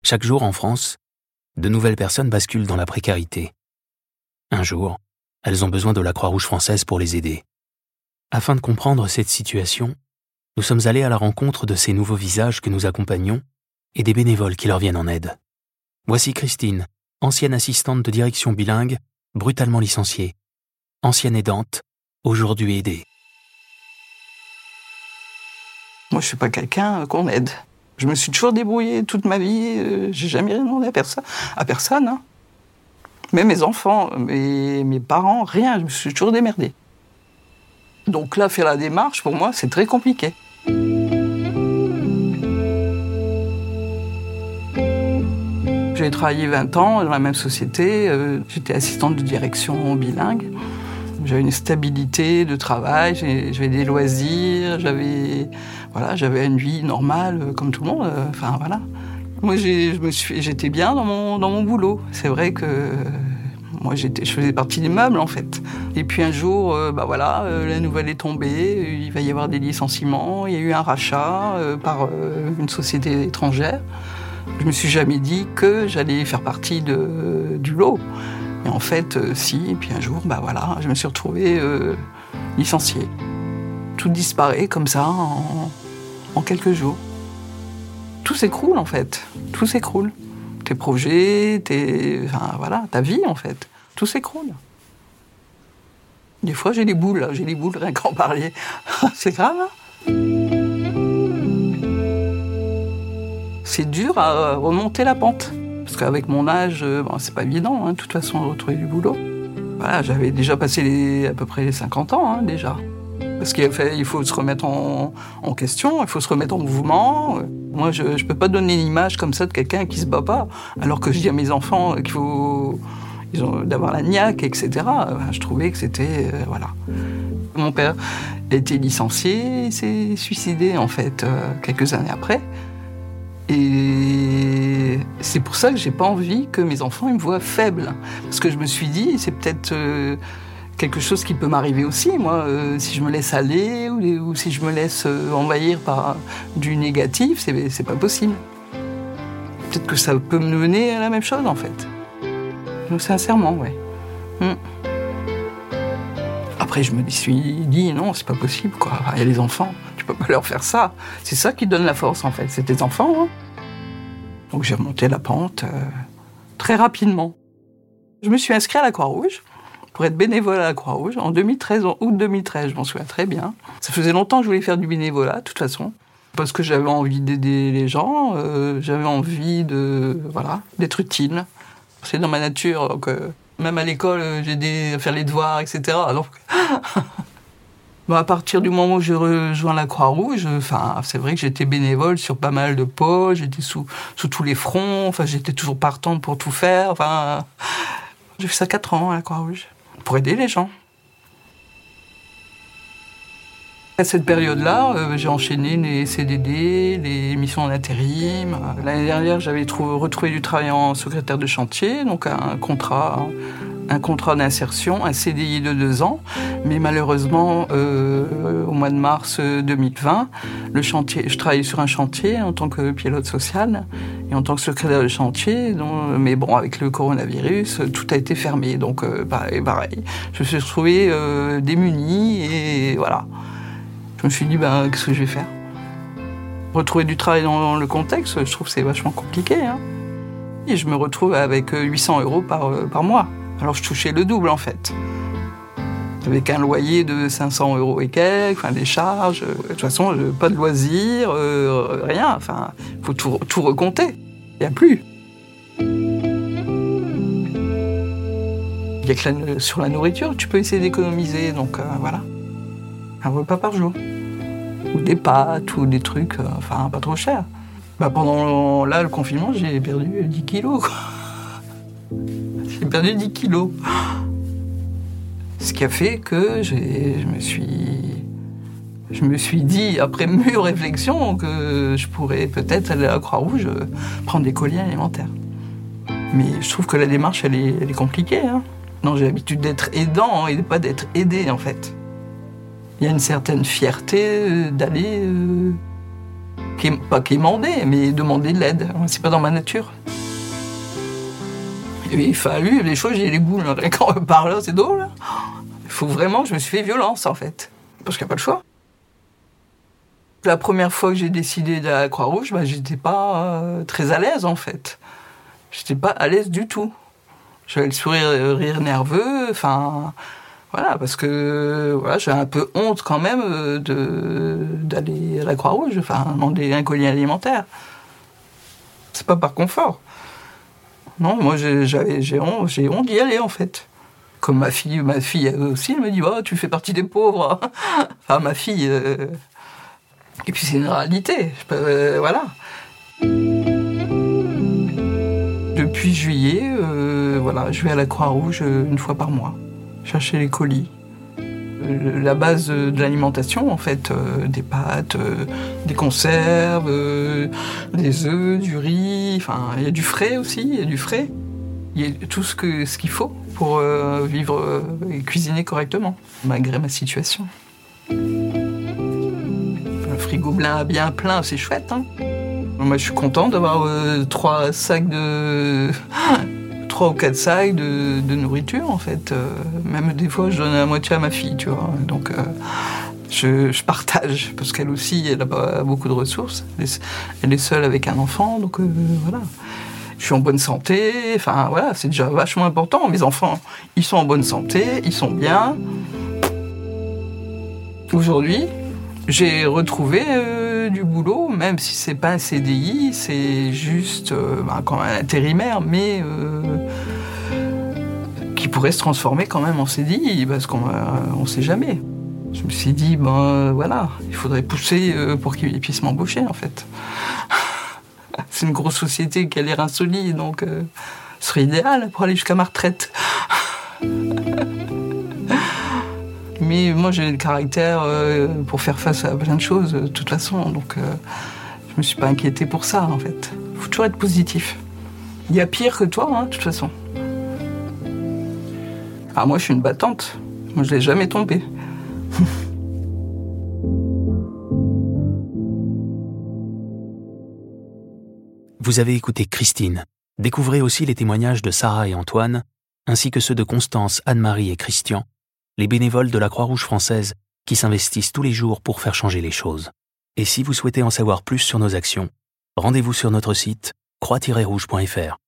Chaque jour en France, de nouvelles personnes basculent dans la précarité. Un jour, elles ont besoin de la Croix-Rouge française pour les aider. Afin de comprendre cette situation, nous sommes allés à la rencontre de ces nouveaux visages que nous accompagnons et des bénévoles qui leur viennent en aide. Voici Christine, ancienne assistante de direction bilingue, brutalement licenciée. Ancienne aidante, aujourd'hui aidée. Moi, je suis pas quelqu'un qu'on aide. Je me suis toujours débrouillée toute ma vie. J'ai jamais rien demandé à personne. Hein. Même mes enfants, mes parents, rien. Je me suis toujours démerdée. Donc là, faire la démarche, pour moi, c'est très compliqué. J'ai travaillé 20 ans dans la même société. J'étais assistante de direction bilingue. J'avais une stabilité de travail, j'avais des loisirs, j'avais une vie normale comme tout le monde. Enfin voilà. Moi j'étais bien dans mon boulot. C'est vrai que moi je faisais partie des meubles en fait. Et puis un jour, la nouvelle est tombée. Il va y avoir des licenciements. Il y a eu un rachat par une société étrangère. Je me suis jamais dit que j'allais faire partie du lot. Et en fait, si, et puis un jour, je me suis retrouvée licenciée. Tout disparaît comme ça en quelques jours. Tout s'écroule en fait, tout s'écroule. Tes projets, ta vie en fait, tout s'écroule. Des fois j'ai les boules rien qu'en parler. C'est grave, hein. C'est dur à remonter la pente. Parce qu'avec mon âge, c'est pas évident, hein, de toute façon, de retrouver du boulot. Voilà, j'avais déjà passé à peu près les 50 ans, hein, déjà. Parce qu'il faut se remettre en question, il faut se remettre en mouvement. Moi, je peux pas donner une image comme ça de quelqu'un qui se bat pas, alors que je dis à mes enfants qu'il faut d'avoir la niaque, etc. Je trouvais que c'était... voilà. Mon père a été licencié, il s'est suicidé, en fait, quelques années après. Et c'est pour ça que j'ai pas envie que mes enfants ils me voient faible. Parce que je me suis dit, c'est peut-être quelque chose qui peut m'arriver aussi, moi, si je me laisse aller ou si je me laisse envahir par du négatif, c'est pas possible. Peut-être que ça peut me mener à la même chose, en fait. Donc, sincèrement, ouais. Après, je me suis dit, non, c'est pas possible, quoi. Il y a les enfants, tu peux pas leur faire ça. C'est ça qui donne la force, en fait, c'est tes enfants, hein. Donc j'ai remonté la pente très rapidement. Je me suis inscrite à la Croix-Rouge pour être bénévole à la Croix-Rouge en 2013, en août 2013, je m'en souviens très bien. Ça faisait longtemps que je voulais faire du bénévolat, de toute façon, parce que j'avais envie d'aider les gens, j'avais envie d'être utile. C'est dans ma nature, donc même à l'école, j'ai aidé à faire les devoirs, etc. Donc... à partir du moment où j'ai rejoint la Croix-Rouge, c'est vrai que j'étais bénévole sur pas mal de postes, j'étais sous tous les fronts, j'étais toujours partante pour tout faire. J'ai fait ça 4 ans à la Croix-Rouge, pour aider les gens. À cette période-là, j'ai enchaîné les CDD, les missions en intérim. L'année dernière, j'avais retrouvé du travail en secrétaire de chantier, donc un contrat d'insertion, un CDI de 2 ans. Mais malheureusement, au mois de mars 2020, je travaillais sur un chantier en tant que pilote social et en tant que secrétaire de chantier. Mais bon, avec le coronavirus, tout a été fermé. Donc, pareil. Je me suis retrouvée démunie et voilà. Je me suis dit, qu'est-ce que je vais faire ? Retrouver du travail dans le contexte, je trouve que c'est vachement compliqué. Hein. Et je me retrouve avec 800 € par mois. Alors je touchais le double en fait. Avec un loyer de 500 € et quelques, des charges. De toute façon, pas de loisirs, rien. Il faut tout recompter. Il n'y a plus. Il n'y a que sur la nourriture, tu peux essayer d'économiser. Donc voilà. Un repas par jour. Ou des pâtes, ou des trucs, pas trop chers. Pendant le confinement, j'ai perdu 10 kilos, quoi. J'ai perdu 10 kilos. Ce qui a fait que je me suis dit, après mûre réflexion, que je pourrais peut-être aller à la Croix-Rouge prendre des colis alimentaires. Mais je trouve que la démarche, elle est compliquée. Hein. Non, j'ai l'habitude d'être aidant et pas d'être aidé, en fait. Il y a une certaine fierté d'aller pas quémander, mais demander de l'aide. C'est pas dans ma nature. Il a fallu, les choses, j'ai les boules. Quand on parle là, c'est drôle. Il faut vraiment que je me suis fait violence, en fait. Parce qu'il n'y a pas le choix. La première fois que j'ai décidé d'aller à la Croix-Rouge, j'étais pas très à l'aise, en fait. J'étais pas à l'aise du tout. J'avais le rire nerveux, enfin... Voilà, parce que voilà, j'ai un peu honte quand même d'aller à la Croix-Rouge, enfin, demander un colis alimentaire. C'est pas par confort. Non, moi j'ai honte d'y aller en fait. Comme ma fille aussi, elle me dit tu fais partie des pauvres. Enfin, ma fille. Et puis c'est une réalité. Voilà. Depuis juillet, voilà, je vais à la Croix-Rouge une fois par mois. Chercher les colis. La base de l'alimentation, en fait, des pâtes, des conserves, des œufs, du riz, enfin, il y a du frais aussi, il y a du frais. Il y a tout ce qu'il faut pour vivre et cuisiner correctement, malgré ma situation. Le frigo bien plein, c'est chouette, hein. Moi, je suis content d'avoir 3 ou 4 sacs de nourriture, en fait. Même des fois, je donne la moitié à ma fille, tu vois. Donc, je partage, parce qu'elle aussi, elle n'a pas beaucoup de ressources. Elle est seule avec un enfant, donc voilà. Je suis en bonne santé, enfin, voilà, c'est déjà vachement important. Mes enfants, ils sont en bonne santé, ils sont bien. Aujourd'hui, j'ai retrouvé du boulot, même si c'est pas un CDI, c'est juste quand même un intérimaire, mais qui pourrait se transformer quand même en CDI, parce qu'on sait jamais. Je me suis dit, voilà, il faudrait pousser pour qu'ils puissent m'embaucher, en fait. C'est une grosse société qui a l'air insolite, donc ce serait idéal pour aller jusqu'à ma retraite. Mais moi, j'ai le caractère pour faire face à plein de choses, de toute façon. Donc, je me suis pas inquiétée pour ça, en fait. Il faut toujours être positif. Il y a pire que toi, hein, de toute façon. Ah, moi, je suis une battante. Moi, je l'ai jamais tombée. Vous avez écouté Christine. Découvrez aussi les témoignages de Sarah et Antoine, ainsi que ceux de Constance, Anne-Marie et Christian, les bénévoles de la Croix-Rouge française qui s'investissent tous les jours pour faire changer les choses. Et si vous souhaitez en savoir plus sur nos actions, rendez-vous sur notre site croix-rouge.fr.